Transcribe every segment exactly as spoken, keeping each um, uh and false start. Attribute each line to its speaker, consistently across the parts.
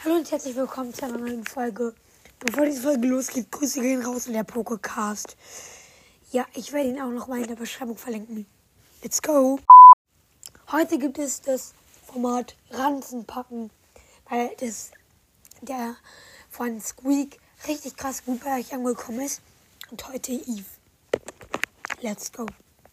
Speaker 1: Hallo und herzlich willkommen zu einer neuen Folge. Bevor diese Folge losgeht, Grüße gehen raus in der Pokécast. Ja, ich werde ihn auch noch mal in der Beschreibung verlinken. Let's go! Heute gibt es das Format Ranzenpacken, weil das der von Squeak richtig krass gut bei euch angekommen ist. Und heute Eve. Let's go!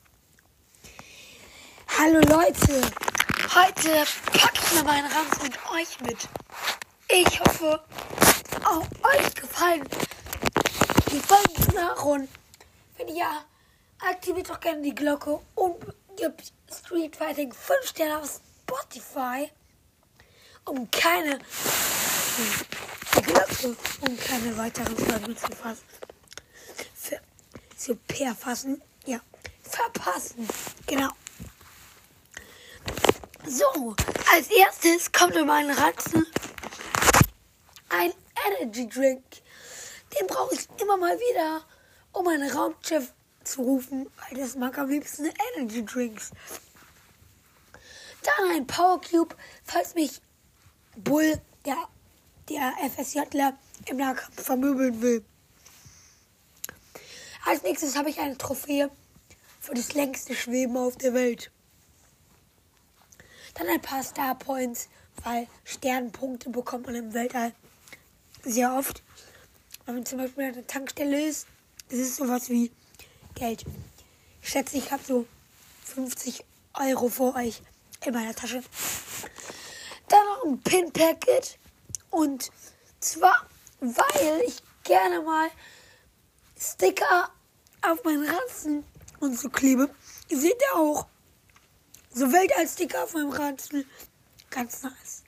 Speaker 1: Hallo Leute! Heute packe ich mir meinen Ranzen mit euch mit. Ich hoffe, auch euch gefallen die Folgen zu nach und wenn ja, aktiviert doch gerne die Glocke und gebt Street Fighting fünf Sterne auf Spotify, um keine die Glocke, um keine weiteren Folgen zu fassen. Für, zu verfassen, ja, verpassen, genau. So, als erstes kommt in meinen Ranzen ein Energy Drink. Den brauche ich immer mal wieder, um mein Raumschiff zu rufen, weil das mag am liebsten Energy Drinks. Dann ein Power Cube, falls mich Bull, der, der FSJler, im Nahkampf vermöbeln will. Als nächstes habe ich eine Trophäe für das längste Schweben auf der Welt. Dann ein paar Star Points, weil Sternpunkte bekommt man im Weltall sehr oft. Wenn man zum Beispiel an der Tankstelle ist, das ist sowas wie Geld. Ich schätze, ich habe so fünfzig Euro für euch in meiner Tasche. Dann noch ein Pin-Packet. Und zwar, weil ich gerne mal Sticker auf meinen Ranzen und so klebe. Ihr seht ja auch. So Weltall-Sticker auf meinem Ranzen. Ganz nice.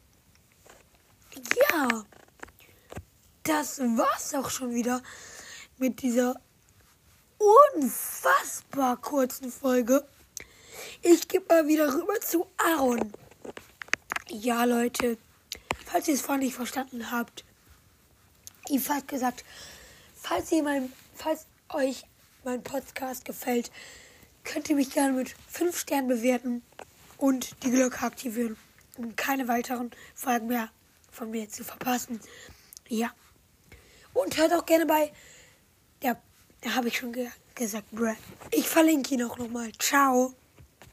Speaker 1: Ja. Das war's auch schon wieder mit dieser unfassbar kurzen Folge. Ich gebe mal wieder rüber zu Aaron. Ja, Leute, falls ihr es vorhin nicht verstanden habt, Eve hat gesagt, falls, ihr mein, falls euch mein Podcast gefällt, könnt ihr mich gerne mit fünf Sternen bewerten und die Glocke aktivieren, um keine weiteren Folgen mehr von mir zu verpassen. Ja. Und hört auch gerne bei der, habe ich schon ge- gesagt, bruh. Ich verlinke ihn auch nochmal. Ciao.